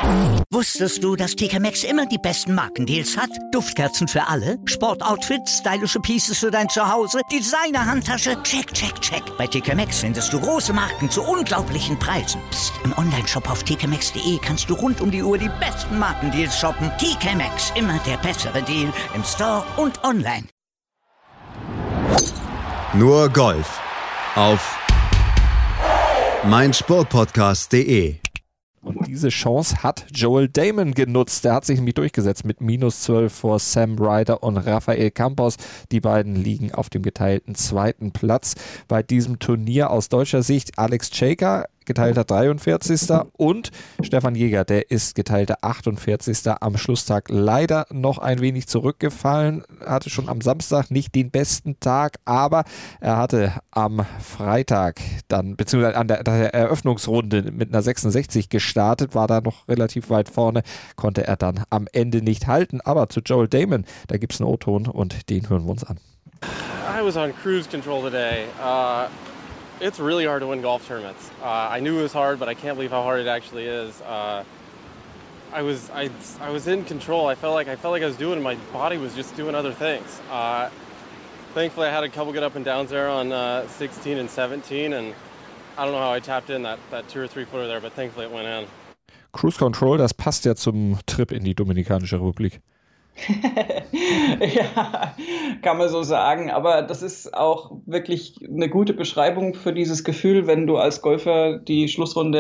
Wusstest du, dass TK Maxx immer die besten Markendeals hat? Duftkerzen für alle, Sportoutfits, stylische Pieces für dein Zuhause, Designer-Handtasche, check, check, check. Bei TK Maxx findest du große Marken zu unglaublichen Preisen. Psst. Im Onlineshop auf tkmaxx.de kannst du rund um die Uhr die besten Markendeals shoppen. TK Maxx, immer der bessere Deal im Store und online. Nur Golf auf meinsportpodcast.de. Und diese Chance hat Joel Dahmen genutzt. Der hat sich nämlich durchgesetzt mit -12 vor Sam Ryder und Rafael Campos. Die beiden liegen auf dem geteilten zweiten Platz bei diesem Turnier. Aus deutscher Sicht Alex Cejka, geteilter 43. und Stefan Jäger, der ist geteilter 48. am Schlusstag leider noch ein wenig zurückgefallen, hatte schon am Samstag nicht den besten Tag, aber er hatte am Freitag dann, beziehungsweise an der Eröffnungsrunde mit einer 66 gestartet, war da noch relativ weit vorne, konnte er dann am Ende nicht halten, aber zu Joel Dahmen, da gibt es einen O-Ton und den hören wir uns an. I was on cruise control today. It's really hard to win golf tournaments. I knew it was hard, but I can't believe how hard it actually is. I was in control. I felt like I was doing it. My body was just doing other things. Thankfully, I had a couple good up and downs there on 16 and 17, and I don't know how I tapped in that 2 or 3 footer there, but thankfully it went in. Cruise Control, das passt ja zum Trip in die Dominikanische Republik. Ja, kann man so sagen, aber das ist auch wirklich eine gute Beschreibung für dieses Gefühl, wenn du als Golfer die Schlussrunde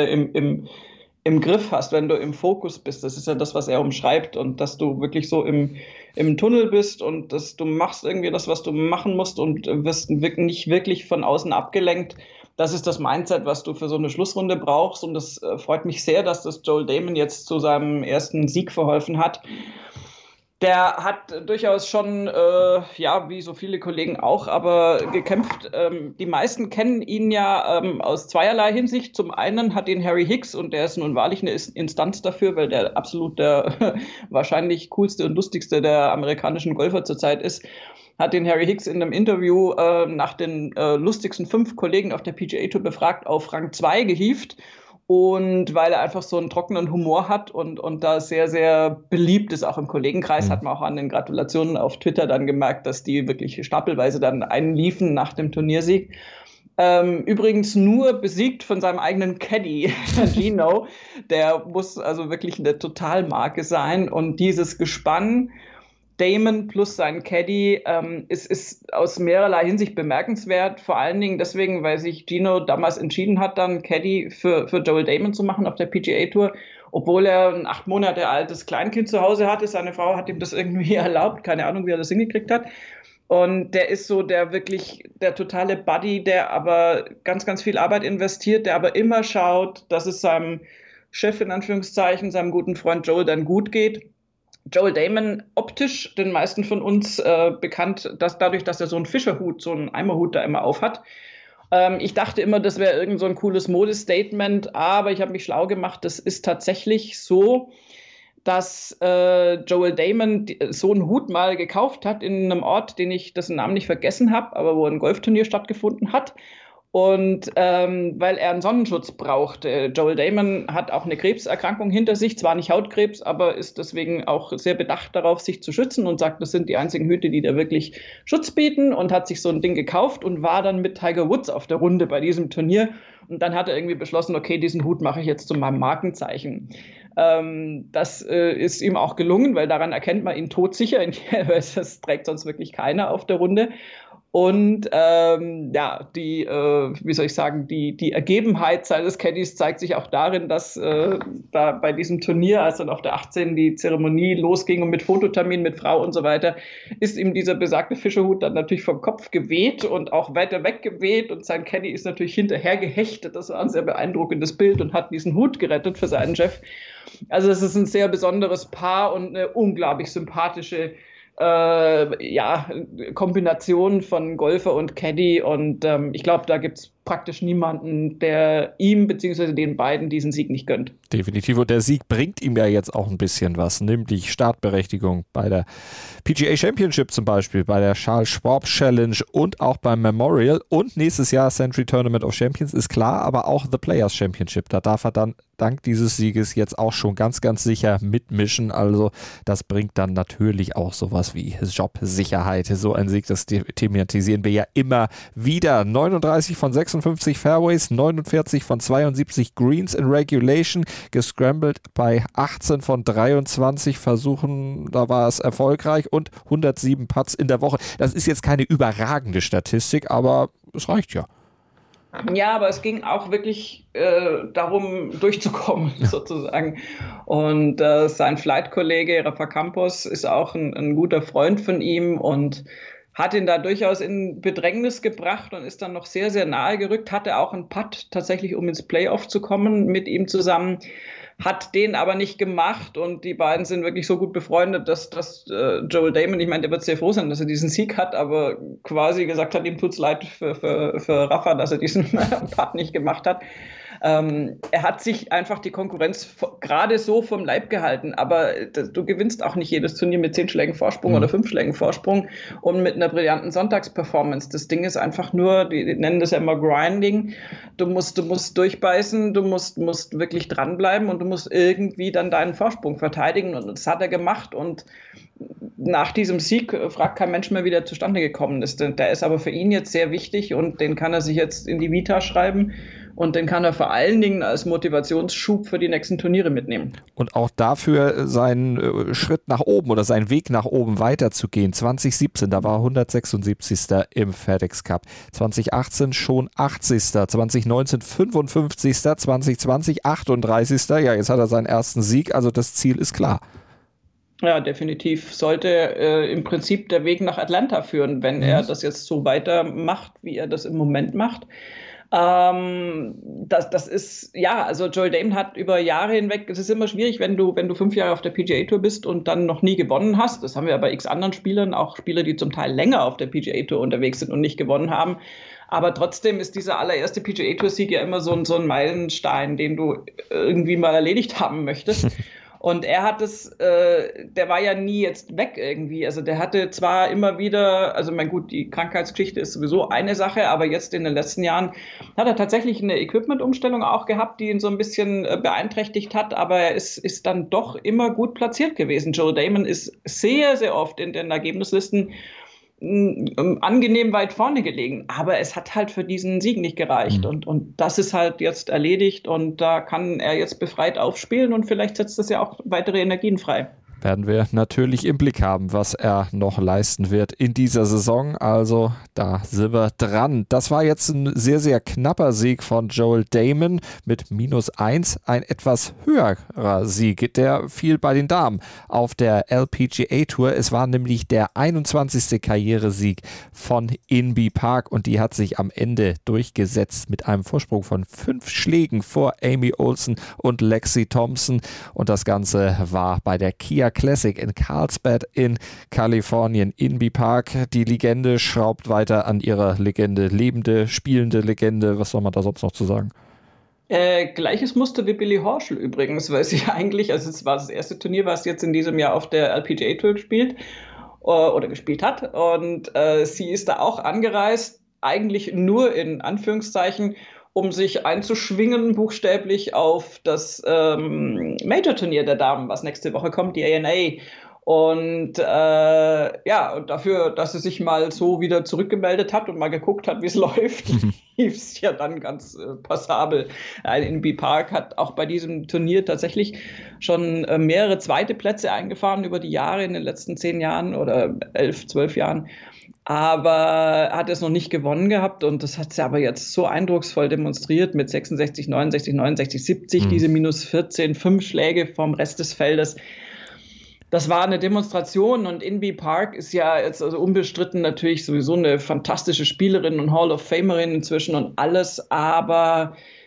im Griff hast, wenn du im Fokus bist. Das ist ja das, was er umschreibt, und dass du wirklich so im Tunnel bist und dass du machst irgendwie das, was du machen musst, und wirst nicht wirklich von außen abgelenkt. Das ist das Mindset, was du für so eine Schlussrunde brauchst, und das freut mich sehr, dass das Joel Dahmen jetzt zu seinem ersten Sieg verholfen hat. Der hat durchaus schon, wie so viele Kollegen auch, aber gekämpft. Die meisten kennen ihn ja aus zweierlei Hinsicht. Zum einen hat ihn Harry Hicks, und der ist nun wahrlich eine Instanz dafür, weil der absolut der wahrscheinlich coolste und lustigste der amerikanischen Golfer zurzeit ist, hat den Harry Hicks in einem Interview nach den lustigsten 5 Kollegen auf der PGA Tour befragt, auf Rang 2 gehievt. Und weil er einfach so einen trockenen Humor hat und da sehr, sehr beliebt ist, auch im Kollegenkreis, hat man auch an den Gratulationen auf Twitter dann gemerkt, dass die wirklich stapelweise dann einliefen nach dem Turniersieg. Übrigens nur besiegt von seinem eigenen Caddy, Gino. Der muss also wirklich eine Totalmarke sein. Und dieses Gespann, Dahmen plus sein Caddy, ist aus mehrerlei Hinsicht bemerkenswert. Vor allen Dingen deswegen, weil sich Gino damals entschieden hat, dann Caddy für Joel Dahmen zu machen auf der PGA Tour, obwohl er ein 8 Monate altes Kleinkind zu Hause hatte. Seine Frau hat ihm das irgendwie erlaubt. Keine Ahnung, wie er das hingekriegt hat. Und der ist so der totale Buddy, der aber ganz, ganz viel Arbeit investiert, der aber immer schaut, dass es seinem Chef, in Anführungszeichen, seinem guten Freund Joel dann gut geht. Joel Dahmen, optisch den meisten von uns bekannt, dass dadurch, dass er so einen Fischerhut, so einen Eimerhut da immer auf hat. Ich dachte immer, das wäre irgend so ein cooles Modestatement, aber ich habe mich schlau gemacht. Das ist tatsächlich so, dass Joel Dahmen so einen Hut mal gekauft hat in einem Ort, dessen Namen nicht vergessen habe, aber wo ein Golfturnier stattgefunden hat. Und weil er einen Sonnenschutz braucht. Joel Dahmen hat auch eine Krebserkrankung hinter sich, zwar nicht Hautkrebs, aber ist deswegen auch sehr bedacht darauf, sich zu schützen, und sagt, das sind die einzigen Hüte, die da wirklich Schutz bieten, und hat sich so ein Ding gekauft und war dann mit Tiger Woods auf der Runde bei diesem Turnier. Und dann hat er irgendwie beschlossen, okay, diesen Hut mache ich jetzt zu meinem Markenzeichen. Das ist ihm auch gelungen, weil daran erkennt man ihn todsicher. Das trägt sonst wirklich keiner auf der Runde. Und die Ergebenheit seines Caddies zeigt sich auch darin, dass da bei diesem Turnier, als dann auf der 18 die Zeremonie losging und mit Fototermin mit Frau und so weiter, ist ihm dieser besagte Fischerhut dann natürlich vom Kopf geweht und auch weiter weg geweht, und sein Caddy ist natürlich hinterher gehechtet. Das war ein sehr beeindruckendes Bild und hat diesen Hut gerettet für seinen Chef. Also es ist ein sehr besonderes Paar und eine unglaublich sympathische Kombination von Golfer und Caddy, und ich glaube, da gibt's praktisch niemanden, der ihm bzw. den beiden diesen Sieg nicht gönnt. Definitiv. Und der Sieg bringt ihm ja jetzt auch ein bisschen was, nämlich Startberechtigung bei der PGA Championship zum Beispiel, bei der Charles Schwab Challenge und auch beim Memorial und nächstes Jahr Century Tournament of Champions, ist klar, aber auch The Players Championship. Da darf er dann dank dieses Sieges jetzt auch schon ganz, ganz sicher mitmischen. Also das bringt dann natürlich auch sowas wie Jobsicherheit. So ein Sieg, das thematisieren wir ja immer wieder. 39 von 56 Fairways, 49 von 72 Greens in Regulation, gescrambled bei 18 von 23 Versuchen, da war es erfolgreich und 107 Putts in der Woche. Das ist jetzt keine überragende Statistik, aber es reicht ja. Ja, aber es ging auch wirklich darum, durchzukommen, sozusagen. Und sein Flight-Kollege Rafa Campos ist auch ein guter Freund von ihm und hat ihn da durchaus in Bedrängnis gebracht und ist dann noch sehr, sehr nahe gerückt, hatte auch einen Putt tatsächlich, um ins Playoff zu kommen mit ihm zusammen, hat den aber nicht gemacht und die beiden sind wirklich so gut befreundet, dass Joel Dahmen, ich meine, der wird sehr froh sein, dass er diesen Sieg hat, aber quasi gesagt hat, ihm tut's leid für Rafa, dass er diesen Putt nicht gemacht hat. Er hat sich einfach die Konkurrenz gerade so vom Leib gehalten, aber du gewinnst auch nicht jedes Turnier mit 10 Schlägen Vorsprung oder 5 Schlägen Vorsprung und mit einer brillanten Sonntagsperformance. Das Ding ist einfach nur, die nennen das ja immer Grinding, du musst durchbeißen, du musst wirklich dranbleiben und du musst irgendwie dann deinen Vorsprung verteidigen und das hat er gemacht und nach diesem Sieg fragt kein Mensch mehr, wie der zustande gekommen ist. Der ist aber für ihn jetzt sehr wichtig und den kann er sich jetzt in die Vita schreiben. Und den kann er vor allen Dingen als Motivationsschub für die nächsten Turniere mitnehmen. Und auch dafür seinen Schritt nach oben oder seinen Weg nach oben weiterzugehen. 2017, da war 176. im FedEx Cup. 2018 schon 80. 2019 55. 2020 38. Ja, jetzt hat er seinen ersten Sieg. Also das Ziel ist klar. Ja, definitiv. Sollte im Prinzip der Weg nach Atlanta führen, wenn er das jetzt so weitermacht, wie er das im Moment macht. Das ist, ja, also Joel Dahmen hat über Jahre hinweg, es ist immer schwierig, wenn du 5 Jahre auf der PGA Tour bist und dann noch nie gewonnen hast. Das haben wir ja bei x anderen Spielern, auch Spieler, die zum Teil länger auf der PGA Tour unterwegs sind und nicht gewonnen haben. Aber trotzdem ist dieser allererste PGA Tour Sieg ja immer so ein Meilenstein, den du irgendwie mal erledigt haben möchtest. Und er hat der war ja nie jetzt weg irgendwie. Also der hatte zwar immer wieder, also mein gut, die Krankheitsgeschichte ist sowieso eine Sache, aber jetzt in den letzten Jahren hat er tatsächlich eine Equipment-Umstellung auch gehabt, die ihn so ein bisschen beeinträchtigt hat, aber er ist dann doch immer gut platziert gewesen. Joel Dahmen ist sehr, sehr oft in den Ergebnislisten angenehm weit vorne gelegen, aber es hat halt für diesen Sieg nicht gereicht und das ist halt jetzt erledigt und da kann er jetzt befreit aufspielen und vielleicht setzt das ja auch weitere Energien frei. Werden wir natürlich im Blick haben, was er noch leisten wird in dieser Saison. Also da sind wir dran. Das war jetzt ein sehr, sehr knapper Sieg von Joel Dahmen mit -1. Ein etwas höherer Sieg, der fiel bei den Damen auf der LPGA Tour. Es war nämlich der 21. Karrieresieg von Inbee Park und die hat sich am Ende durchgesetzt mit einem Vorsprung von 5 Schlägen vor Amy Olsen und Lexi Thompson. Und das Ganze war bei der Kia Classic in Carlsbad in Kalifornien. Inbee Park, die Legende, schraubt weiter an ihrer Legende. Lebende, spielende Legende. Was soll man da sonst noch zu sagen? Gleiches Muster wie Billy Horschel übrigens, weil sie eigentlich, also es war das erste Turnier, was jetzt in diesem Jahr auf der LPGA Tour gespielt hat. Und sie ist da auch angereist, eigentlich nur in Anführungszeichen, um sich einzuschwingen, buchstäblich auf das Major-Turnier der Damen, was nächste Woche kommt, die ANA. Und und dafür, dass sie sich mal so wieder zurückgemeldet hat und mal geguckt hat, wie es läuft, lief es ja dann ganz passabel. Inbee Park hat auch bei diesem Turnier tatsächlich schon mehrere zweite Plätze eingefahren über die Jahre in den letzten 10 Jahren oder 11, 12 Jahren. Aber hat es noch nicht gewonnen gehabt und das hat sie aber jetzt so eindrucksvoll demonstriert mit 66, 69, 69, 70, diese -14, 5 Schläge vom Rest des Feldes. Das war eine Demonstration und Inbee Park ist ja jetzt also unbestritten natürlich sowieso eine fantastische Spielerin und Hall of Famerin inzwischen und alles, aber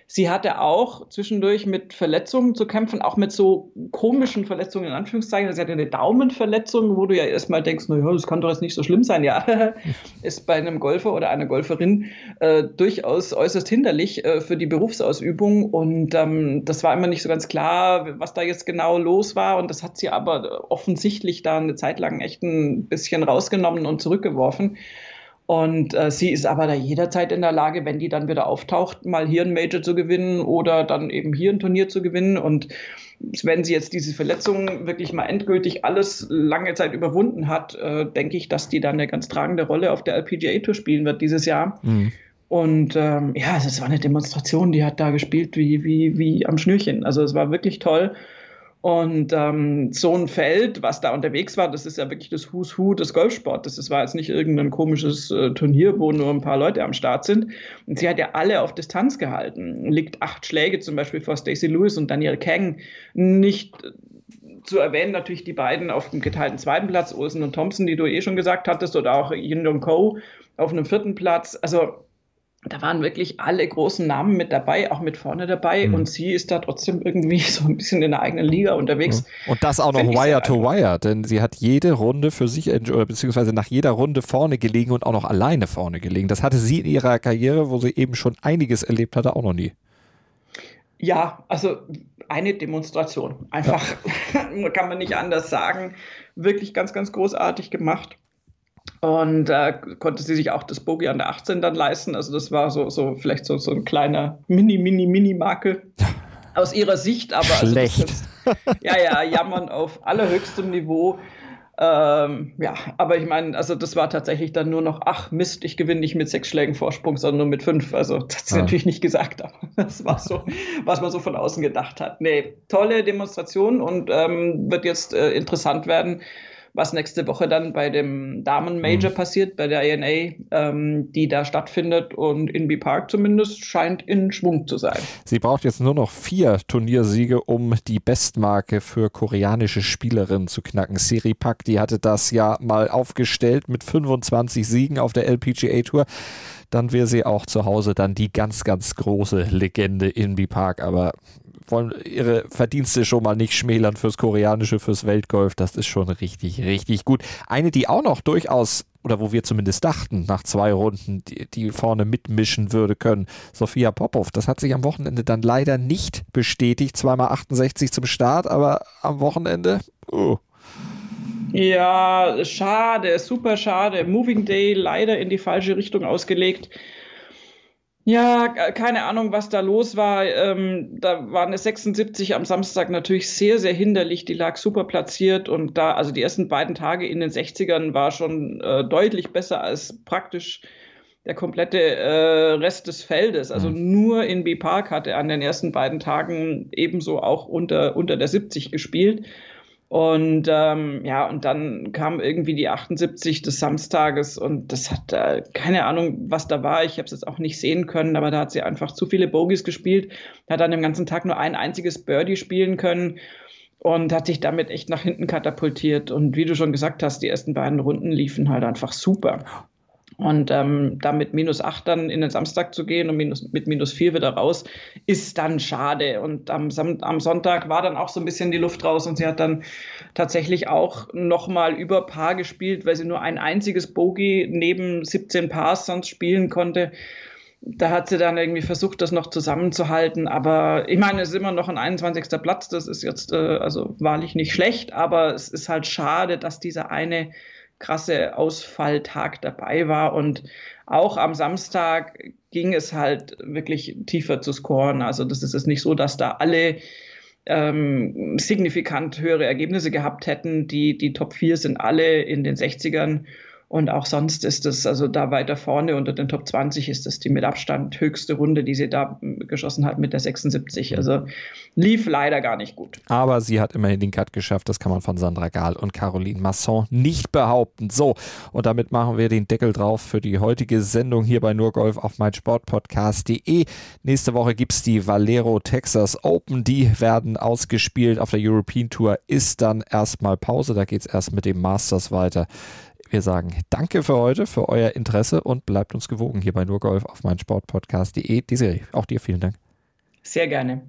Sie hatte auch zwischendurch mit Verletzungen zu kämpfen, auch mit so komischen Verletzungen in Anführungszeichen. Sie hatte eine Daumenverletzung, wo du ja erstmal denkst, naja, das kann doch jetzt nicht so schlimm sein. Ja, ist bei einem Golfer oder einer Golferin durchaus äußerst hinderlich für die Berufsausübung. Und das war immer nicht so ganz klar, was da jetzt genau los war. Und das hat sie aber offensichtlich da eine Zeit lang echt ein bisschen rausgenommen und zurückgeworfen. Und sie ist aber da jederzeit in der Lage, wenn die dann wieder auftaucht, mal hier ein Major zu gewinnen oder dann eben hier ein Turnier zu gewinnen. Und wenn sie jetzt diese Verletzungen wirklich mal endgültig alles lange Zeit überwunden hat, denke ich, dass die dann eine ganz tragende Rolle auf der LPGA Tour spielen wird dieses Jahr. Mhm. Und ja, es war eine Demonstration, die hat da gespielt wie am Schnürchen. Also es war wirklich toll. Und so ein Feld, was da unterwegs war, das ist ja wirklich das Who's Who des Golfsports. Das war jetzt nicht irgendein komisches Turnier, wo nur ein paar Leute am Start sind. Und sie hat ja alle auf Distanz gehalten. Liegt 8 Schläge zum Beispiel vor Stacey Lewis und Danielle Kang. Nicht zu erwähnen natürlich die beiden auf dem geteilten 2. Platz, Olsen und Thompson, die du schon gesagt hattest, oder auch Yin Jong Ko auf einem 4. Platz. Also da waren wirklich alle großen Namen mit dabei, auch mit vorne dabei. Mhm. Und sie ist da trotzdem irgendwie so ein bisschen in der eigenen Liga unterwegs. Und das auch noch Wire to Wire, denn sie hat jede Runde für sich, oder beziehungsweise nach jeder Runde vorne gelegen und auch noch alleine vorne gelegen. Das hatte sie in ihrer Karriere, wo sie eben schon einiges erlebt hatte, auch noch nie. Ja, also eine Demonstration. Einfach, kann man nicht anders sagen. Wirklich ganz, ganz großartig gemacht. Und konnte sie sich auch das Bogey an der 18 dann leisten. Also das war so vielleicht so ein kleiner Mini-Makel aus ihrer Sicht. Aber schlecht. Also jammern auf allerhöchstem Niveau. Ja, aber ich meine, also das war tatsächlich dann nur noch, ach Mist, ich gewinne nicht mit 6 Schlägen Vorsprung, sondern nur mit 5. Also das hat sie natürlich nicht gesagt, aber das war so, was man so von außen gedacht hat. Nee, tolle Demonstration und wird jetzt interessant werden, was nächste Woche dann bei dem Damen-Major passiert, bei der ANA, die da stattfindet, und Inbee Park zumindest scheint in Schwung zu sein. Sie braucht jetzt nur noch 4 Turniersiege, um die Bestmarke für koreanische Spielerinnen zu knacken. Siri Pak, die hatte das ja mal aufgestellt mit 25 Siegen auf der LPGA Tour. Dann wäre sie auch zu Hause dann die ganz, ganz große Legende Inbee Park, aber wollen ihre Verdienste schon mal nicht schmälern fürs Koreanische, fürs Weltgolf. Das ist schon richtig, richtig gut. Eine, die auch noch durchaus, oder wo wir zumindest dachten, nach 2 Runden, die vorne mitmischen würde können, Sophia Popov. Das hat sich am Wochenende dann leider nicht bestätigt. 2x68 zum Start, aber am Wochenende, Ja, schade, super schade. Moving Day leider in die falsche Richtung ausgelegt. Ja, keine Ahnung, was da los war. Da war eine 76 am Samstag natürlich sehr, sehr hinderlich. Die lag super platziert und da, also die ersten beiden Tage in den 60ern war schon deutlich besser als praktisch der komplette Rest des Feldes. Also nur Inbee Park hatte an den ersten beiden Tagen ebenso auch unter der 70 gespielt. Und und dann kam irgendwie die 78 des Samstages und das hat keine Ahnung, was da war. Ich habe es jetzt auch nicht sehen können, aber da hat sie einfach zu viele Bogies gespielt, hat dann den ganzen Tag nur ein einziges Birdie spielen können und hat sich damit echt nach hinten katapultiert. Und wie du schon gesagt hast, die ersten beiden Runden liefen halt einfach super. Und da mit -8 dann in den Samstag zu gehen und mit -4 wieder raus, ist dann schade. Und am Sonntag war dann auch so ein bisschen die Luft raus und sie hat dann tatsächlich auch nochmal über Par gespielt, weil sie nur ein einziges Bogey neben 17 Pars sonst spielen konnte. Da hat sie dann irgendwie versucht, das noch zusammenzuhalten. Aber ich meine, es ist immer noch ein 21. Platz. Das ist jetzt also wahrlich nicht schlecht, aber es ist halt schade, dass dieser eine krasse Ausfalltag dabei war und auch am Samstag ging es halt wirklich tiefer zu scoren. Also das ist es nicht so, dass da alle signifikant höhere Ergebnisse gehabt hätten. Die Top 4 sind alle in den 60ern und auch sonst ist es, also da weiter vorne unter den Top 20 ist das die mit Abstand höchste Runde, die sie da geschossen hat mit der 76. Also lief leider gar nicht gut. Aber sie hat immerhin den Cut geschafft, das kann man von Sandra Gahl und Caroline Masson nicht behaupten. So, und damit machen wir den Deckel drauf für die heutige Sendung hier bei Nur Golf auf meinsportpodcast.de. Nächste Woche gibt es die Valero Texas Open, die werden ausgespielt. Auf der European Tour ist dann erstmal Pause, da geht es erst mit dem Masters weiter. Wir sagen danke für heute, für euer Interesse und bleibt uns gewogen hier bei Nur Golf auf meinsportpodcast.de. Desiree, auch dir vielen Dank. Sehr gerne.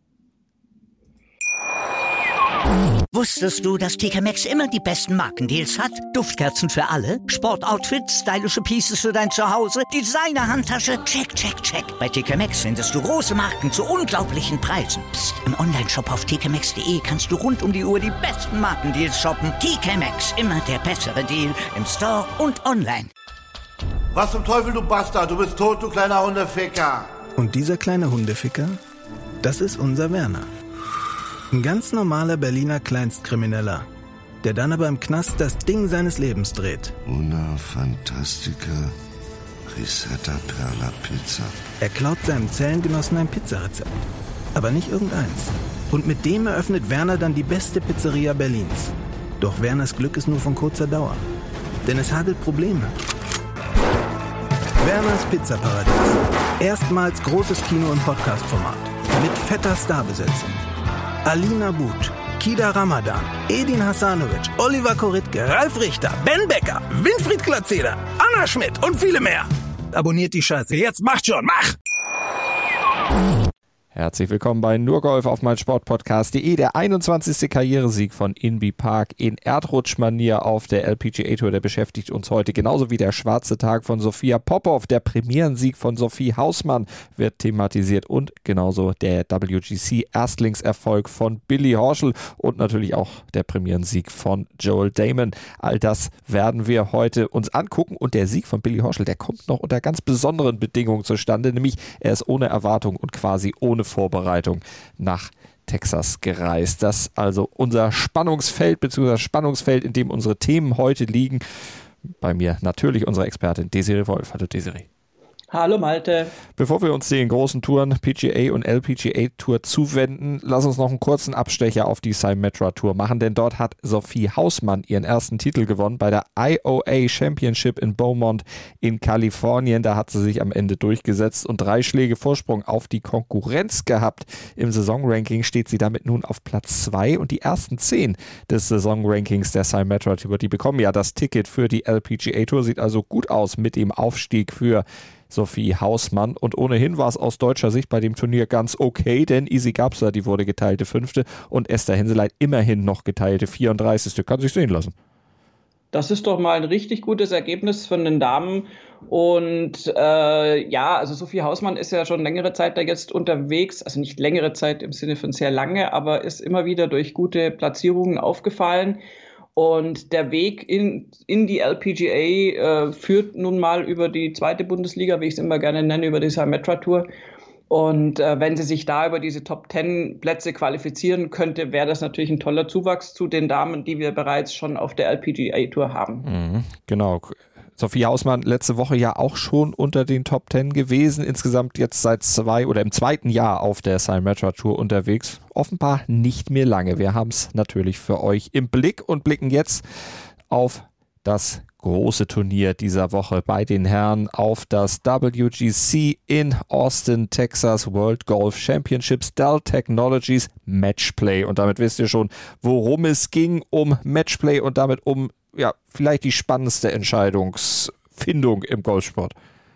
Wusstest du, dass TK Maxx immer die besten Markendeals hat? Duftkerzen für alle, Sportoutfits, stylische Pieces für dein Zuhause, Designer-Handtasche, check, check, check. Bei TK Maxx findest du große Marken zu unglaublichen Preisen. Psst. Im Onlineshop auf tkmaxx.de kannst du rund um die Uhr die besten Markendeals shoppen. TK Maxx, immer der bessere Deal im Store und online. Was zum Teufel, du Bastard? Du bist tot, du kleiner Hundeficker. Und dieser kleine Hundeficker, das ist unser Werner. Ein ganz normaler Berliner Kleinstkrimineller, der dann aber im Knast das Ding seines Lebens dreht. Una Fantastica Risetta Perla Pizza. Er klaut seinem Zellengenossen ein Pizzarezept, aber nicht irgendeins. Und mit dem eröffnet Werner dann die beste Pizzeria Berlins. Doch Werners Glück ist nur von kurzer Dauer, denn es hagelt Probleme. Werners Pizzaparadies. Erstmals großes Kino- und Podcast-Format. Mit fetter Starbesetzung. Alina But, Kida Ramadan, Edin Hasanovic, Oliver Koritke, Ralf Richter, Ben Becker, Winfried Glatzeder, Anna Schmidt und viele mehr. Abonniert die Scheiße. Jetzt macht schon, mach! Herzlich willkommen bei Nur Golf auf meinsportpodcast.de. Der 21. Karrieresieg von Inbee Park in Erdrutschmanier auf der LPGA Tour, der beschäftigt uns heute, genauso wie der schwarze Tag von Sophia Popov. Der Premierensieg von Sophie Hausmann wird thematisiert und genauso der WGC-Erstlingserfolg von Billy Horschel und natürlich auch der Premierensieg von Joel Dahmen. All das werden wir heute uns angucken und der Sieg von Billy Horschel, der kommt noch unter ganz besonderen Bedingungen zustande, nämlich er ist ohne Erwartung und quasi ohne Vorbereitung nach Texas gereist. Das also unser Spannungsfeld, beziehungsweise das Spannungsfeld, in dem unsere Themen heute liegen. Bei mir natürlich unsere Expertin Desiree Wolf. Hallo Desiree. Hallo Malte. Bevor wir uns den großen Touren PGA und LPGA Tour zuwenden, lass uns noch einen kurzen Abstecher auf die Symetra Tour machen, denn dort hat Sophie Hausmann ihren ersten Titel gewonnen bei der IOA Championship in Beaumont in Kalifornien. Da hat sie sich am Ende durchgesetzt und 3 Schläge Vorsprung auf die Konkurrenz gehabt. Im Saisonranking steht sie damit nun auf Platz 2 und die ersten 10 des Saisonrankings der Symetra Tour, die bekommen ja das Ticket für die LPGA Tour. Sieht also gut aus mit dem Aufstieg für Sophie Hausmann und ohnehin war es aus deutscher Sicht bei dem Turnier ganz okay, denn Isi Gabsa, die wurde geteilte 5. und Esther Henseleit immerhin noch geteilte 34. Kann sich sehen lassen. Das ist doch mal ein richtig gutes Ergebnis von den Damen. Und also Sophie Hausmann ist ja schon längere Zeit da jetzt unterwegs, also nicht längere Zeit im Sinne von sehr lange, aber ist immer wieder durch gute Platzierungen aufgefallen. Und der Weg in die LPGA führt nun mal über die zweite Bundesliga, wie ich es immer gerne nenne, über die Symetra Tour. Und wenn sie sich da über diese Top 10 Plätze qualifizieren könnte, wäre das natürlich ein toller Zuwachs zu den Damen, die wir bereits schon auf der LPGA Tour haben. Genau. Sophie Hausmann letzte Woche ja auch schon unter den Top 10 gewesen. Insgesamt jetzt seit im zweiten Jahr auf der Symetra Tour unterwegs. Offenbar nicht mehr lange. Wir haben es natürlich für euch im Blick und blicken jetzt auf das große Turnier dieser Woche bei den Herren, auf das WGC in Austin, Texas, World Golf Championships, Dell Technologies Matchplay. Und damit wisst ihr schon, worum es ging, um Matchplay und damit um vielleicht die spannendste Entscheidungsfindung im Golfsport.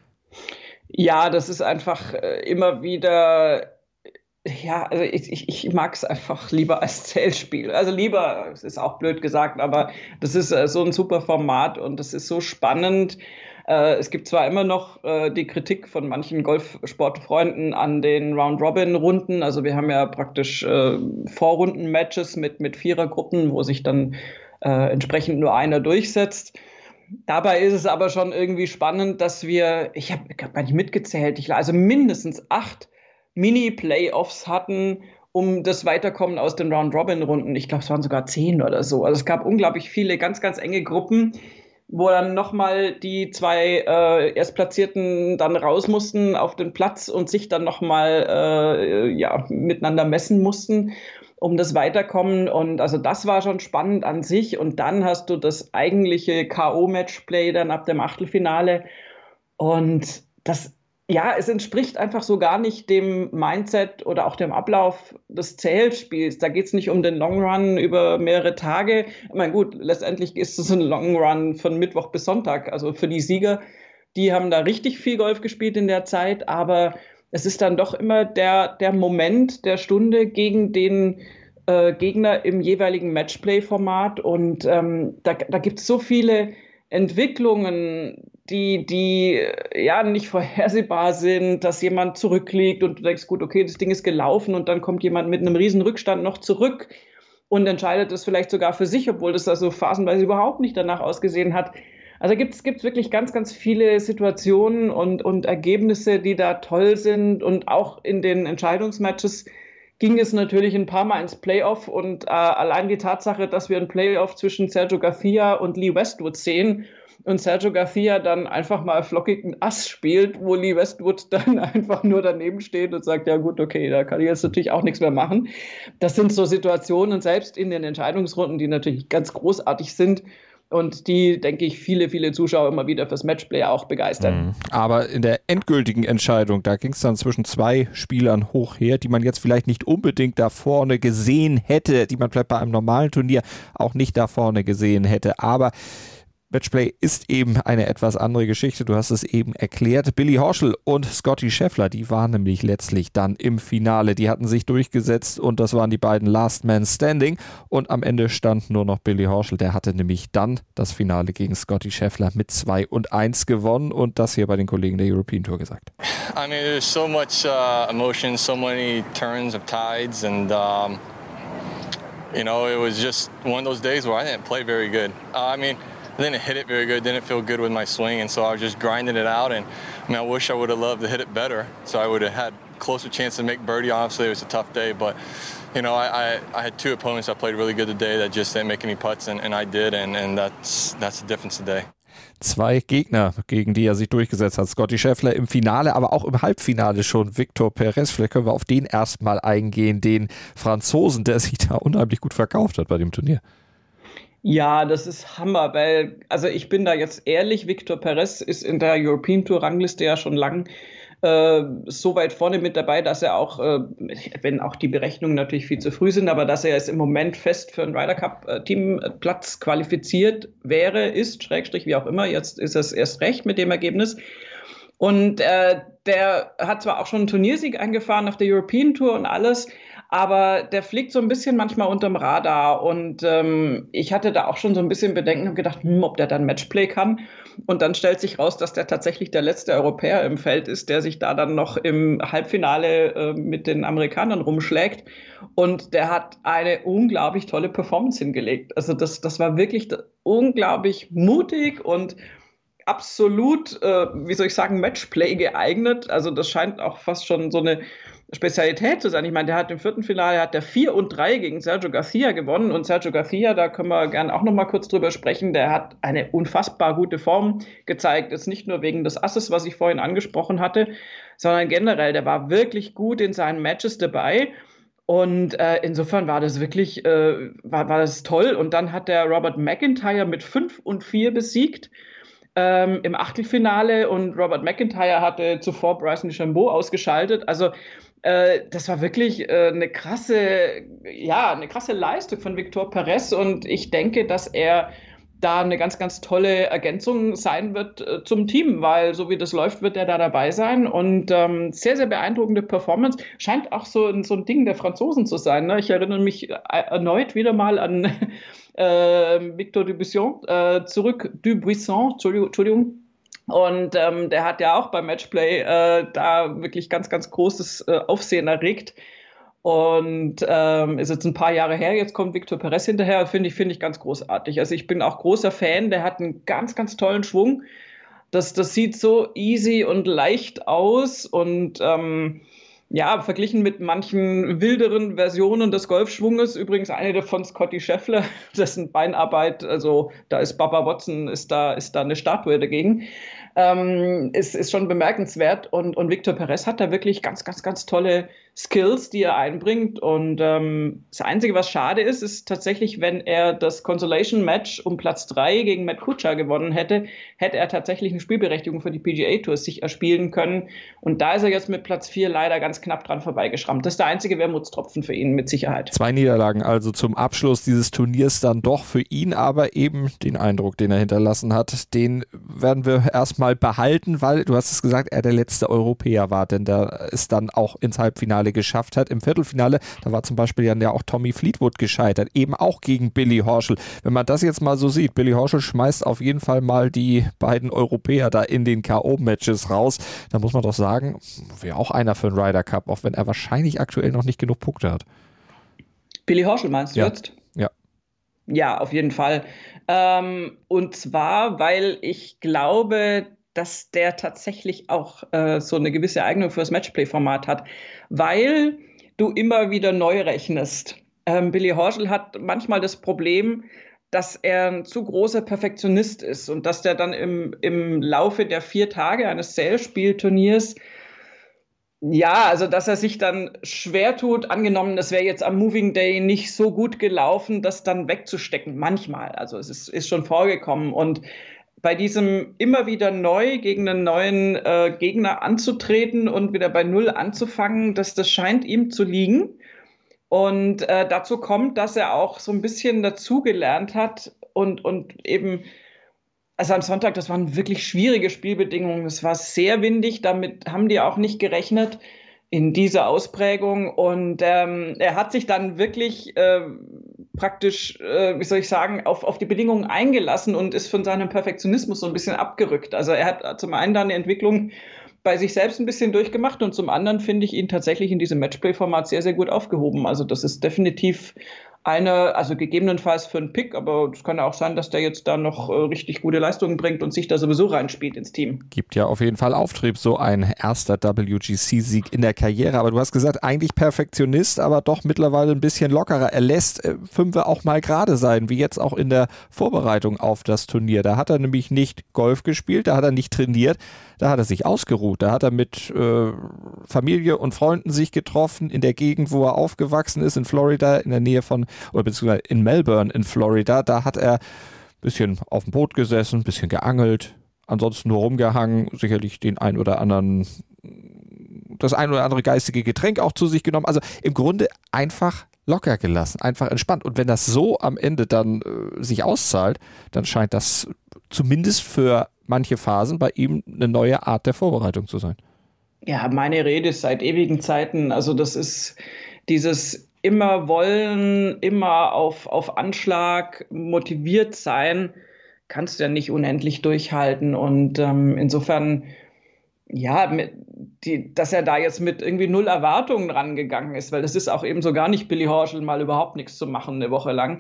Ja, das ist einfach immer wieder, also ich mag es einfach lieber als Zählspiel. Also lieber, es ist auch blöd gesagt, aber das ist so ein super Format und das ist so spannend. Es gibt zwar immer noch die Kritik von manchen Golfsportfreunden an den Round-Robin-Runden. Also wir haben ja praktisch Vorrunden-Matches mit Vierergruppen, wo sich dann entsprechend nur einer durchsetzt. Dabei ist es aber schon irgendwie spannend, dass ich habe gar nicht mitgezählt, also mindestens 8 Mini-Playoffs hatten, um das Weiterkommen aus den Round-Robin-Runden. Ich glaube, es waren sogar 10 oder so. Also es gab unglaublich viele ganz, ganz enge Gruppen, wo dann nochmal die 2 Erstplatzierten dann raus mussten auf den Platz und sich dann nochmal miteinander messen mussten, um das Weiterkommen. Und also das war schon spannend an sich. Und dann hast du das eigentliche K.O.-Matchplay dann ab dem Achtelfinale. Und es entspricht einfach so gar nicht dem Mindset oder auch dem Ablauf des Zählspiels. Da geht es nicht um den Long Run über mehrere Tage. Ich meine, gut, letztendlich ist es ein Long Run von Mittwoch bis Sonntag. Also für die Sieger, die haben da richtig viel Golf gespielt in der Zeit, aber es ist dann doch immer der Moment der Stunde gegen den Gegner im jeweiligen Matchplay-Format. Und da gibt es so viele Entwicklungen, die ja nicht vorhersehbar sind, dass jemand zurückliegt und du denkst, gut, okay, das Ding ist gelaufen und dann kommt jemand mit einem riesen Rückstand noch zurück und entscheidet es vielleicht sogar für sich, obwohl das also phasenweise überhaupt nicht danach ausgesehen hat. Also gibt's wirklich ganz, ganz viele Situationen und Ergebnisse, die da toll sind, und auch in den Entscheidungsmatches ging es natürlich ein paar Mal ins Playoff, und allein die Tatsache, dass wir ein Playoff zwischen Sergio Garcia und Lee Westwood sehen und Sergio Garcia dann einfach mal flockigen Ass spielt, wo Lee Westwood dann einfach nur daneben steht und sagt, ja gut, okay, da kann ich jetzt natürlich auch nichts mehr machen. Das sind so Situationen, selbst in den Entscheidungsrunden, die natürlich ganz großartig sind und die, denke ich, viele, viele Zuschauer immer wieder fürs Matchplay auch begeistern. Aber in der endgültigen Entscheidung, da ging es dann zwischen zwei Spielern hoch her, die man jetzt vielleicht nicht unbedingt da vorne gesehen hätte, die man vielleicht bei einem normalen Turnier auch nicht da vorne gesehen hätte. Aber Matchplay ist eben eine etwas andere Geschichte. Du hast es eben erklärt. Billy Horschel und Scottie Scheffler, die waren nämlich letztlich dann im Finale. Die hatten sich durchgesetzt und das waren die beiden Last Man Standing. Und am Ende stand nur noch Billy Horschel. Der hatte nämlich dann das Finale gegen Scottie Scheffler mit 2-1 gewonnen und das hier bei den Kollegen der European Tour gesagt. I mean, there's so much emotion, so many turns of tides, and you know, it was just one of those days where I didn't play very good. I didn't hit it very good, didn't feel good with my swing, and so I was just grinding it out. And I wish I would have loved to hit it better, so I would have had closer chance to make birdie. Obviously, it was a tough day, but you know, I had two opponents that played really good today that just didn't make any putts, and I did, and that's the difference today. Zwei Gegner, gegen die er sich durchgesetzt hat. Scottie Scheffler im Finale, aber auch im Halbfinale schon Victor Perez. Vielleicht können wir auf den erstmal eingehen, den Franzosen, der sich da unheimlich gut verkauft hat bei dem Turnier. Ja, das ist Hammer, weil, also ich bin da jetzt ehrlich, Victor Perez ist in der European Tour Rangliste ja schon lang so weit vorne mit dabei, dass er auch, wenn auch die Berechnungen natürlich viel zu früh sind, aber dass er jetzt im Moment fest für einen Ryder Cup Teamplatz qualifiziert ist, Schrägstrich, wie auch immer, jetzt ist es erst recht mit dem Ergebnis. Und der hat zwar auch schon einen Turniersieg eingefahren auf der European Tour und alles, aber der fliegt so ein bisschen manchmal unterm Radar, und ich hatte da auch schon so ein bisschen Bedenken und gedacht, ob der dann Matchplay kann, und dann stellt sich raus, dass der tatsächlich der letzte Europäer im Feld ist, der sich da dann noch im Halbfinale mit den Amerikanern rumschlägt, und der hat eine unglaublich tolle Performance hingelegt. Also das war wirklich unglaublich mutig und absolut, Matchplay geeignet. Also das scheint auch fast schon so eine Spezialität zu sein. Ich meine, der hat im vierten Finale hat der 4-3 gegen Sergio Garcia gewonnen, und Sergio Garcia, da können wir gerne auch noch mal kurz drüber sprechen, der hat eine unfassbar gute Form gezeigt. Jetzt nicht nur wegen des Asses, was ich vorhin angesprochen hatte, sondern generell, der war wirklich gut in seinen Matches dabei. Und insofern war das wirklich war das toll. Und dann hat der Robert McIntyre mit 5-4 besiegt im Achtelfinale, und Robert McIntyre hatte zuvor Bryson DeChambeau ausgeschaltet. Also das war wirklich eine krasse Leistung von Victor Perez, und ich denke, dass er da eine ganz, ganz tolle Ergänzung sein wird zum Team, weil so wie das läuft, wird er da dabei sein, und sehr, sehr beeindruckende Performance. Scheint auch so ein Ding der Franzosen zu sein, ne? Ich erinnere mich erneut wieder mal an Victor Dubuisson, Entschuldigung. Und der hat ja auch beim Matchplay da wirklich ganz, ganz großes Aufsehen erregt. Und ist jetzt ein paar Jahre her, jetzt kommt Victor Perez hinterher, finde ich ganz großartig. Also ich bin auch großer Fan, der hat einen ganz, ganz tollen Schwung. Das sieht so easy und leicht aus, und verglichen mit manchen wilderen Versionen des Golfschwunges, übrigens eine davon Scottie Scheffler, dessen Beinarbeit, also da ist Bubba Watson, ist da eine Statue dagegen, ist schon bemerkenswert, und Victor Perez hat da wirklich ganz, ganz, ganz tolle Skills, die er einbringt. Und das Einzige, was schade ist, ist tatsächlich, wenn er das Consolation-Match um Platz 3 gegen Matt Kuchar gewonnen hätte, hätte er tatsächlich eine Spielberechtigung für die PGA-Tour sich erspielen können. Und da ist er jetzt mit Platz 4 leider ganz knapp dran vorbeigeschrammt. Das ist der einzige Wermutstropfen für ihn mit Sicherheit. 2 Niederlagen also zum Abschluss dieses Turniers dann doch für ihn, aber eben den Eindruck, den er hinterlassen hat, den werden wir erstmal behalten, weil, du hast es gesagt, er der letzte Europäer war, denn da es dann auch ins Halbfinale geschafft hat. Im Viertelfinale, da war zum Beispiel ja auch Tommy Fleetwood gescheitert, eben auch gegen Billy Horschel. Wenn man das jetzt mal so sieht, Billy Horschel schmeißt auf jeden Fall mal die beiden Europäer da in den K.O.-Matches raus, da muss man doch sagen, wäre auch einer für den Ryder Cup, auch wenn er wahrscheinlich aktuell noch nicht genug Punkte hat. Billy Horschel meinst du jetzt? Ja. Ja, auf jeden Fall. Und zwar, weil ich glaube, dass der tatsächlich auch so eine gewisse Eignung für das Matchplay-Format hat, weil du immer wieder neu rechnest. Billy Horschel hat manchmal das Problem, dass er ein zu großer Perfektionist ist und dass der dann im Laufe der 4 Tage eines Sailspielturniers, ja, also dass er sich dann schwer tut, angenommen, das wäre jetzt am Moving Day nicht so gut gelaufen, das dann wegzustecken, manchmal. Also es ist schon vorgekommen und bei diesem immer wieder neu gegen einen neuen Gegner anzutreten und wieder bei Null anzufangen, das scheint ihm zu liegen. Und dazu kommt, dass er auch so ein bisschen dazugelernt hat und eben, also am Sonntag, das waren wirklich schwierige Spielbedingungen. Es war sehr windig, damit haben die auch nicht gerechnet in dieser Ausprägung. Und er hat sich dann wirklich praktisch, wie soll ich sagen, auf die Bedingungen eingelassen und ist von seinem Perfektionismus so ein bisschen abgerückt. Also er hat zum einen dann eine Entwicklung bei sich selbst ein bisschen durchgemacht und zum anderen finde ich ihn tatsächlich in diesem Matchplay-Format sehr, sehr gut aufgehoben. Also das ist definitiv also gegebenenfalls für einen Pick, aber es kann ja auch sein, dass der jetzt da noch richtig gute Leistungen bringt und sich da sowieso reinspielt ins Team. Gibt ja auf jeden Fall Auftrieb, so ein erster WGC-Sieg in der Karriere. Aber du hast gesagt, eigentlich Perfektionist, aber doch mittlerweile ein bisschen lockerer. Er lässt Fünfe auch mal gerade sein, wie jetzt auch in der Vorbereitung auf das Turnier. Da hat er nämlich nicht Golf gespielt, da hat er nicht trainiert, da hat er sich ausgeruht. Da hat er mit Familie und Freunden sich getroffen in der Gegend, wo er aufgewachsen ist, in Florida, in der Nähe von, oder beziehungsweise in Melbourne in Florida. Da hat er ein bisschen auf dem Boot gesessen, ein bisschen geangelt, ansonsten nur rumgehangen, sicherlich das ein oder andere geistige Getränk auch zu sich genommen. Also im Grunde einfach locker gelassen, einfach entspannt. Und wenn das so am Ende dann sich auszahlt, dann scheint das zumindest für manche Phasen bei ihm eine neue Art der Vorbereitung zu sein. Ja, meine Rede ist seit ewigen Zeiten. Also das ist dieses immer wollen, immer auf Anschlag, motiviert sein, kannst du ja nicht unendlich durchhalten. Und insofern, ja, dass er da jetzt mit irgendwie 0 Erwartungen rangegangen ist, weil das ist auch eben so gar nicht Billy Horschel, mal überhaupt nichts zu machen eine Woche lang.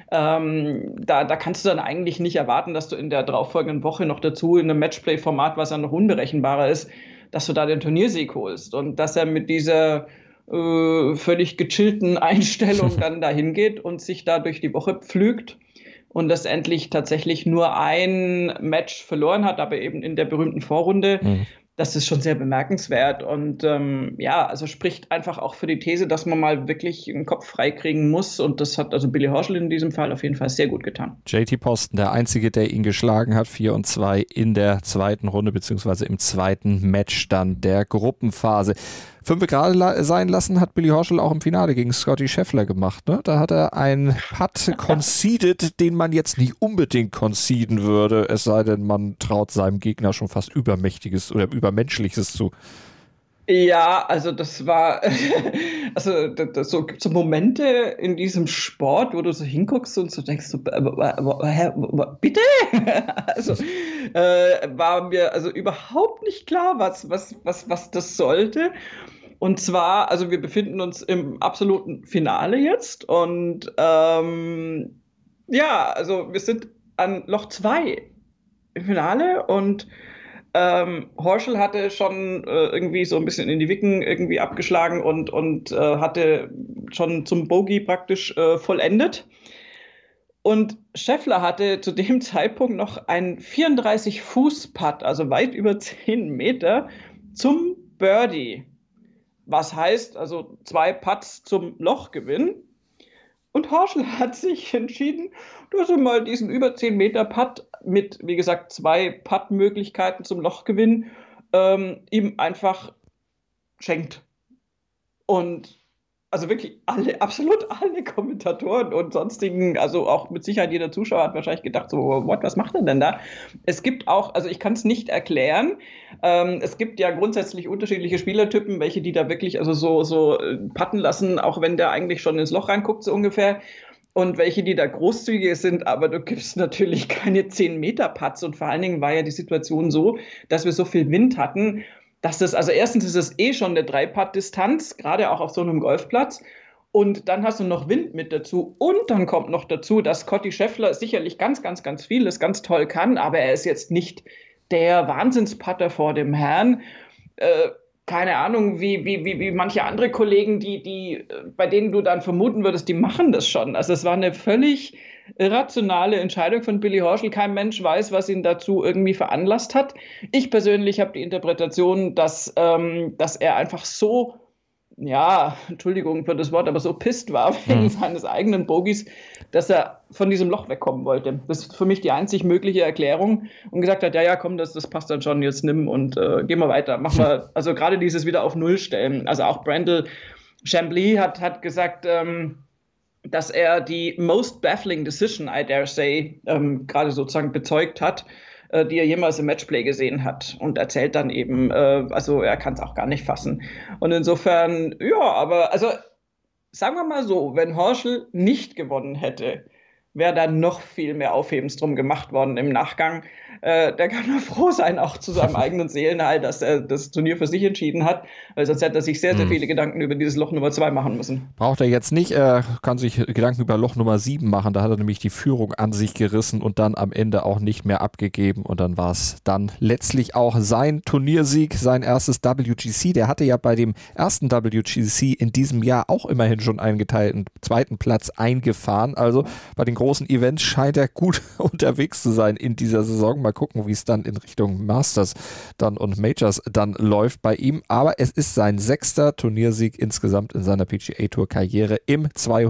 Da kannst du dann eigentlich nicht erwarten, dass du in der darauffolgenden Woche noch dazu in einem Matchplay-Format, was ja noch unberechenbarer ist, dass du da den Turniersieg holst. Und dass er mit dieser völlig gechillten Einstellung dann dahin geht und sich da durch die Woche pflügt und letztendlich tatsächlich nur ein Match verloren hat, aber eben in der berühmten Vorrunde. Das ist schon sehr bemerkenswert und also spricht einfach auch für die These, dass man mal wirklich den Kopf freikriegen muss und das hat also Billy Horschel in diesem Fall auf jeden Fall sehr gut getan. JT Poston, der Einzige, der ihn geschlagen hat, 4-2 in der zweiten Runde beziehungsweise im zweiten Match dann der Gruppenphase. 5 gerade sein lassen hat Billy Horschel auch im Finale gegen Scottie Scheffler gemacht. Ne? Da hat er einen Putt conceded, den man jetzt nicht unbedingt conceden würde, es sei denn, man traut seinem Gegner schon fast Übermächtiges oder Übermenschliches zu. Ja, also das war, so gibt es so Momente in diesem Sport, wo du so hinguckst und so denkst, bitte? Also war mir also überhaupt nicht klar, was das sollte. Und zwar, also wir befinden uns im absoluten Finale jetzt und also wir sind an Loch 2 im Finale und Horschel hatte schon irgendwie so ein bisschen in die Wicken irgendwie abgeschlagen und hatte schon zum Bogey praktisch vollendet. Und Scheffler hatte zu dem Zeitpunkt noch einen 34-Fuß-Putt, also weit über 10 Meter, zum Birdie. Was heißt, also 2 Putts zum Lochgewinn. Und Horschel hat sich entschieden, dass er mal diesen über 10 Meter Putt mit, wie gesagt, 2 Putt-Möglichkeiten zum Lochgewinn ihm einfach schenkt. Und also wirklich absolut alle Kommentatoren und sonstigen, also auch mit Sicherheit jeder Zuschauer hat wahrscheinlich gedacht, so, was macht er denn da? Es gibt auch, also ich kann es nicht erklären, es gibt ja grundsätzlich unterschiedliche Spielertypen, welche die da wirklich also so putten lassen, auch wenn der eigentlich schon ins Loch reinguckt, so ungefähr. Und welche, die da großzügig sind, aber du gibst natürlich keine 10-Meter-Putts. Und vor allen Dingen war ja die Situation so, dass wir so viel Wind hatten, dass das, also erstens ist es schon eine 3-Putt-Distanz, gerade auch auf so einem Golfplatz. Und dann hast du noch Wind mit dazu. Und dann kommt noch dazu, dass Scottie Scheffler sicherlich ganz, ganz, ganz vieles ganz toll kann, aber er ist jetzt nicht der Wahnsinnsputter vor dem Herrn. Keine Ahnung, wie manche andere Kollegen, die bei denen du dann vermuten würdest, die machen das schon. Also es war eine völlig irrationale Entscheidung von Billy Horschel. Kein Mensch weiß, was ihn dazu irgendwie veranlasst hat. Ich persönlich habe die Interpretation, dass er einfach so, ja, Entschuldigung für das Wort, aber so pisst war wegen seines eigenen Bogies, dass er von diesem Loch wegkommen wollte. Das ist für mich die einzig mögliche Erklärung und gesagt hat, ja, komm, das passt dann schon, jetzt nimm und gehen wir weiter. Machen wir, also gerade dieses wieder auf Null stellen. Also auch Brandel Chambly hat gesagt, dass er die most baffling decision, I dare say, gerade sozusagen bezeugt hat, die er jemals im Matchplay gesehen hat und erzählt dann eben, also er kann es auch gar nicht fassen. Und insofern, ja, aber also sagen wir mal so, wenn Horschel nicht gewonnen hätte, wäre da noch viel mehr Aufhebens drum gemacht worden im Nachgang. Der kann nur froh sein, auch zu seinem eigenen Seelenheil, dass er das Turnier für sich entschieden hat, weil sonst hätte er sich sehr, sehr viele Gedanken über dieses Loch Nummer 2 machen müssen. Braucht er jetzt nicht, er kann sich Gedanken über Loch Nummer 7 machen, da hat er nämlich die Führung an sich gerissen und dann am Ende auch nicht mehr abgegeben und dann war es dann letztlich auch sein Turniersieg, sein erstes WGC, der hatte ja bei dem ersten WGC in diesem Jahr auch immerhin schon einen geteilten 2. Platz eingefahren, also bei den großen Events scheint er gut unterwegs zu sein in dieser Saison. Mal gucken, wie es dann in Richtung Masters dann und Majors dann läuft bei ihm. Aber es ist sein 6. Turniersieg insgesamt in seiner PGA-Tour-Karriere im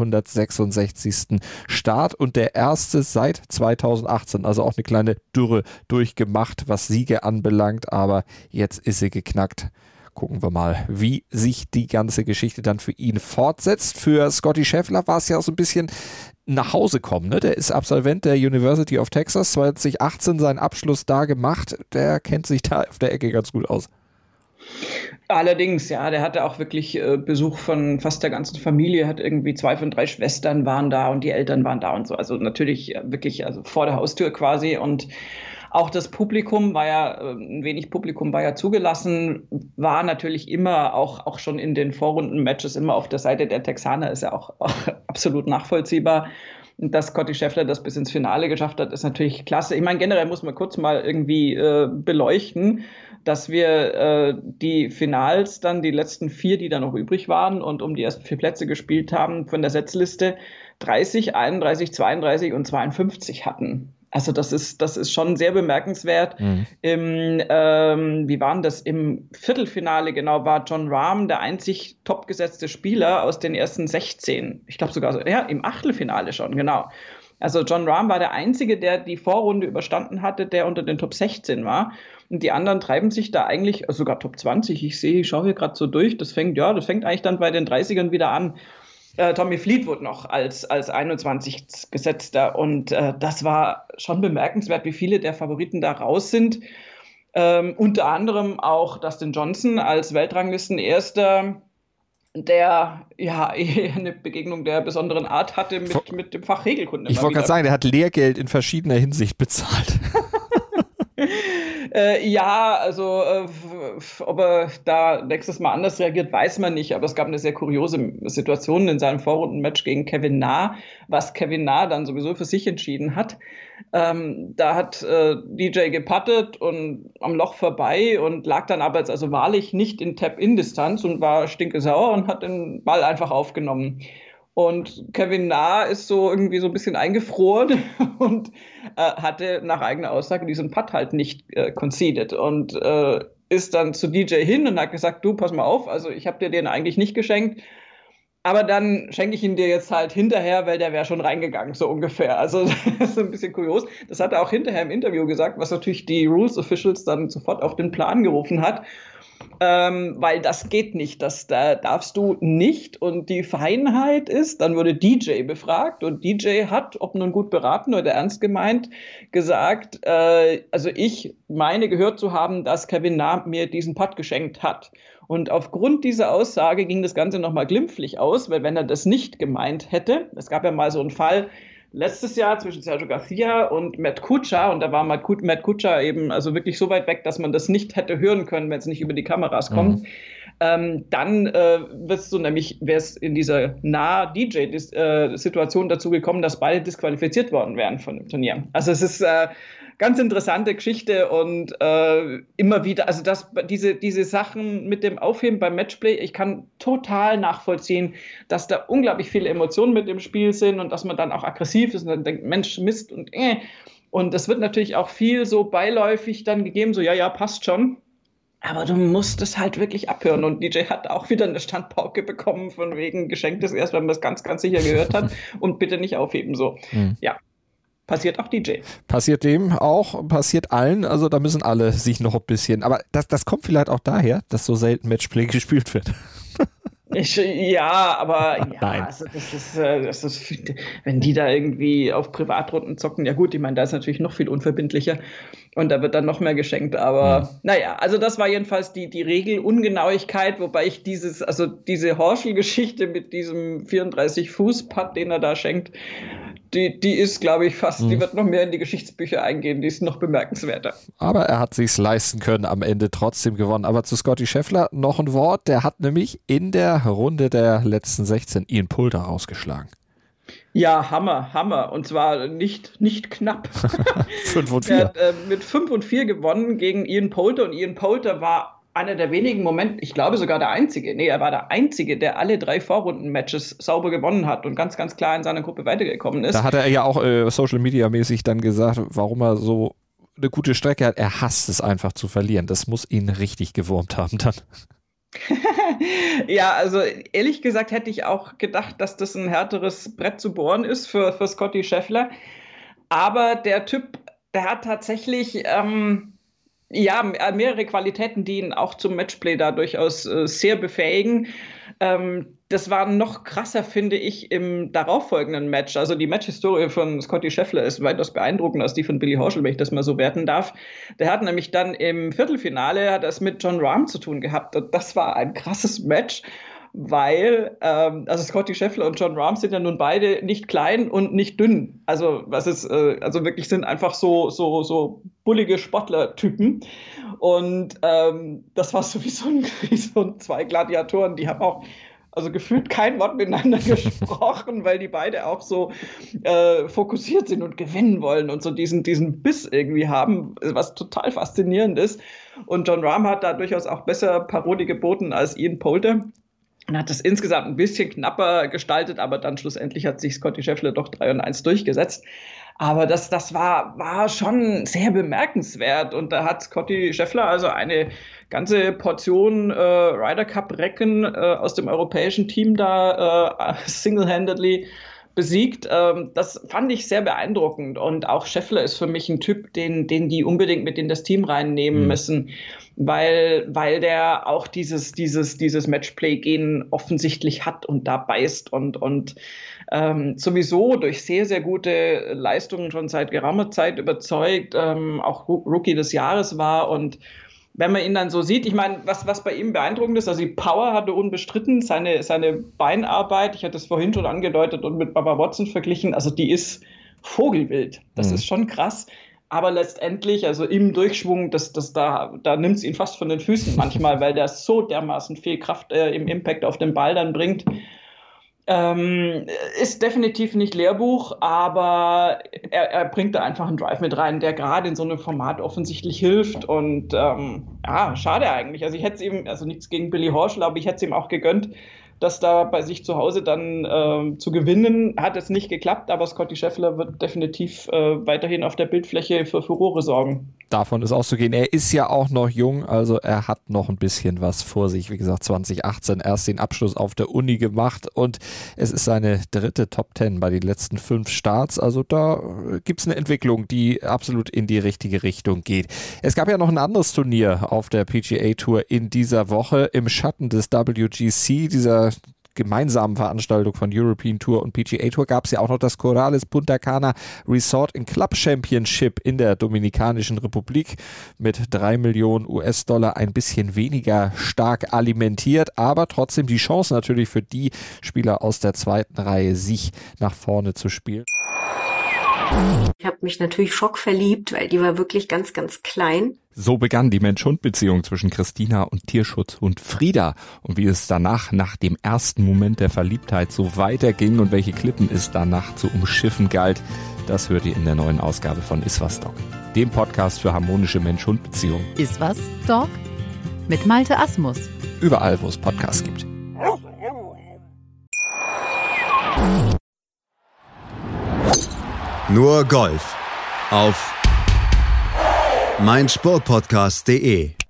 266. Start und der erste seit 2018. Also auch eine kleine Dürre durchgemacht, was Siege anbelangt. Aber jetzt ist sie geknackt. Gucken wir mal, wie sich die ganze Geschichte dann für ihn fortsetzt. Für Scottie Scheffler war es ja auch so ein bisschen nach Hause kommen. Ne? Der ist Absolvent der University of Texas, 2018 seinen Abschluss da gemacht. Der kennt sich da auf der Ecke ganz gut aus. Allerdings, ja, der hatte auch wirklich Besuch von fast der ganzen Familie, hat irgendwie 2 von 3 Schwestern waren da und die Eltern waren da und so. Also natürlich wirklich also vor der Haustür quasi und auch das Publikum war ja, ein wenig Publikum war ja zugelassen, war natürlich immer auch schon in den Vorrunden-Matches immer auf der Seite der Texaner, ist ja auch absolut nachvollziehbar. Und dass Scottie Scheffler das bis ins Finale geschafft hat, ist natürlich klasse. Ich meine, generell muss man kurz mal irgendwie beleuchten, dass wir die Finals dann, die letzten 4, die da noch übrig waren und um die ersten 4 Plätze gespielt haben, von der Setzliste 30, 31, 32 und 52 hatten. Also das ist schon sehr bemerkenswert. Wie war denn das? Im Viertelfinale genau war Jon Rahm der einzig topgesetzte Spieler aus den ersten 16. Ich glaube sogar, ja, im Achtelfinale schon, genau. Also Jon Rahm war der Einzige, der die Vorrunde überstanden hatte, der unter den Top 16 war. Und die anderen treiben sich da eigentlich, sogar Top 20. Ich schaue hier gerade so durch. Das fängt eigentlich dann bei den 30ern wieder an. Tommy Fleetwood noch als 21 Gesetzter und das war schon bemerkenswert, wie viele der Favoriten da raus sind. Unter anderem auch Dustin Johnson als Weltranglisten-Erster, der ja eine Begegnung der besonderen Art hatte mit dem Fach Regelkunde. Ich wollte gerade sagen, der hat Lehrgeld in verschiedener Hinsicht bezahlt. Ja, also ob er da nächstes Mal anders reagiert, weiß man nicht. Aber es gab eine sehr kuriose Situation in seinem Vorrundenmatch gegen Kevin Na, was Kevin Na dann sowieso für sich entschieden hat. Da hat DJ geputtet und am Loch vorbei und lag dann aber jetzt also wahrlich nicht in Tap-In-Distanz und war stinkesauer und hat den Ball einfach aufgenommen. Und Kevin Na ist so irgendwie so ein bisschen eingefroren und hatte nach eigener Aussage diesen Putt halt nicht conceded. Und ist dann zu DJ hin und hat gesagt, du, pass mal auf, also ich habe dir den eigentlich nicht geschenkt, aber dann schenke ich ihn dir jetzt halt hinterher, weil der wäre schon reingegangen, so ungefähr. Also das ist ein bisschen kurios. Das hat er auch hinterher im Interview gesagt, was natürlich die Rules Officials dann sofort auf den Plan gerufen hat. Weil das geht nicht, da darfst du nicht. Und die Feinheit ist, dann wurde DJ befragt und DJ hat, ob nun gut beraten oder ernst gemeint, gesagt, also ich meine gehört zu haben, dass Kevin Na mir diesen Putt geschenkt hat. Und aufgrund dieser Aussage ging das Ganze nochmal glimpflich aus, weil wenn er das nicht gemeint hätte, es gab ja mal so einen Fall letztes Jahr zwischen Sergio Garcia und Matt Kuchar, und da war Matt Kuchar eben also wirklich so weit weg, dass man das nicht hätte hören können, wenn es nicht über die Kameras kommt. Dann wäre es in dieser DJ-Situation dazu gekommen, dass beide disqualifiziert worden wären von dem Turnier. Also es ist ganz interessante Geschichte und immer wieder, also diese Sachen mit dem Aufheben beim Matchplay, ich kann total nachvollziehen, dass da unglaublich viele Emotionen mit im Spiel sind und dass man dann auch aggressiv ist und dann denkt, Mensch, Mist und es wird natürlich auch viel so beiläufig dann gegeben, so ja, passt schon. Aber du musst es halt wirklich abhören. Und DJ hat auch wieder eine Standpauke bekommen, von wegen geschenktes erst, wenn man es ganz, ganz sicher gehört hat. Und bitte nicht aufheben so. Ja, passiert auch DJ. Passiert dem auch, passiert allen. Also da müssen alle sich noch ein bisschen. Aber das kommt vielleicht auch daher, dass so selten Matchplay gespielt wird. Also das ist, wenn die da irgendwie auf Privatrunden zocken, ja gut, ich meine, da ist natürlich noch viel unverbindlicher und da wird dann noch mehr geschenkt, aber naja, also das war jedenfalls die Regelungenauigkeit, wobei ich diese Horschel-Geschichte mit diesem 34-Fuß-Putt, den er da schenkt, die ist, glaube ich, fast, die wird noch mehr in die Geschichtsbücher eingehen, die ist noch bemerkenswerter. Aber er hat sich's leisten können, am Ende trotzdem gewonnen. Aber zu Scottie Scheffler noch ein Wort, der hat nämlich in der Runde der letzten 16 Ian Poulter rausgeschlagen. Ja, Hammer. Und zwar nicht knapp. 5-4. Er hat mit 5-4 gewonnen gegen Ian Poulter und Ian Poulter war einer der wenigen Momente, ich glaube sogar der Einzige, er war der Einzige, der alle 3 Vorrunden-Matches sauber gewonnen hat und ganz, ganz klar in seiner Gruppe weitergekommen ist. Da hat er ja auch Social-Media-mäßig dann gesagt, warum er so eine gute Strecke hat. Er hasst es einfach zu verlieren. Das muss ihn richtig gewurmt haben dann. Ja, also ehrlich gesagt hätte ich auch gedacht, dass das ein härteres Brett zu bohren ist für Scottie Scheffler. Aber der Typ, der hat tatsächlich mehrere Qualitäten, die ihn auch zum Matchplay da durchaus sehr befähigen. Das war noch krasser, finde ich, im darauffolgenden Match. Also die Matchhistorie von Scottie Scheffler ist weitaus beeindruckender als die von Billy Horschel, wenn ich das mal so werten darf. Der hat nämlich dann im Viertelfinale hat es mit Jon Rahm zu tun gehabt. Und das war ein krasses Match, weil also Scottie Scheffler und Jon Rahm sind ja nun beide nicht klein und nicht dünn. Also also wirklich sind einfach so bullige Sportlertypen. Und das war sowieso wie so 2 Gladiatoren, die haben auch also gefühlt kein Wort miteinander gesprochen, weil die beide auch so fokussiert sind und gewinnen wollen und so diesen Biss irgendwie haben, was total faszinierend ist. Und Jon Rahm hat da durchaus auch besser Parodie geboten als Ian Poulter. Und hat das insgesamt ein bisschen knapper gestaltet, aber dann schlussendlich hat sich Scottie Scheffler doch 3-1 durchgesetzt. Aber das war schon sehr bemerkenswert. Und da hat Scottie Scheffler also eine ganze Portion Ryder Cup-Recken aus dem europäischen Team da single-handedly besiegt. Das fand ich sehr beeindruckend. Und auch Scheffler ist für mich ein Typ, den die unbedingt mit in das Team reinnehmen müssen, weil der auch dieses Matchplay-Gen offensichtlich hat und da beißt und sowieso durch sehr, sehr gute Leistungen schon seit geraumer Zeit überzeugt, auch Rookie des Jahres war. Und wenn man ihn dann so sieht, ich meine, was bei ihm beeindruckend ist, also die Power hatte unbestritten, seine Beinarbeit, ich hatte es vorhin schon angedeutet und mit Bubba Watson verglichen, also die ist vogelwild. Das ist schon krass. Aber letztendlich, also im Durchschwung, da nimmt es ihn fast von den Füßen manchmal, weil der so dermaßen viel Kraft im Impact auf den Ball dann bringt. Ist definitiv nicht Lehrbuch, aber er bringt da einfach einen Drive mit rein, der gerade in so einem Format offensichtlich hilft. Und schade eigentlich. Also ich hätte es ihm, also nichts gegen Billy Horschel, aber ich hätte es ihm auch gegönnt, das da bei sich zu Hause dann zu gewinnen. Hat es nicht geklappt, aber Scottie Scheffler wird definitiv weiterhin auf der Bildfläche für Furore sorgen. Davon ist auszugehen. Er ist ja auch noch jung, also er hat noch ein bisschen was vor sich. Wie gesagt, 2018 erst den Abschluss auf der Uni gemacht und es ist seine dritte Top 10 bei den letzten 5 Starts. Also da gibt es eine Entwicklung, die absolut in die richtige Richtung geht. Es gab ja noch ein anderes Turnier auf der PGA Tour in dieser Woche im Schatten des WGC, dieser gemeinsamen Veranstaltung von European Tour und PGA Tour gab es ja auch noch das Corales Punta Cana Resort and Club Championship in der Dominikanischen Republik mit 3 Millionen US-Dollar ein bisschen weniger stark alimentiert, aber trotzdem die Chance natürlich für die Spieler aus der zweiten Reihe, sich nach vorne zu spielen. Ich habe mich natürlich schockverliebt, weil die war wirklich ganz, ganz klein. So begann die Mensch-Hund-Beziehung zwischen Christina und Tierschutzhund Frieda. Und wie es danach, nach dem ersten Moment der Verliebtheit, so weiterging und welche Klippen es danach zu umschiffen galt, das hört ihr in der neuen Ausgabe von Iswas Dog, dem Podcast für harmonische Mensch-Hund-Beziehungen. Iswas Dog mit Malte Asmus. Überall, wo es Podcasts gibt. Nur Golf auf meinsportpodcast.de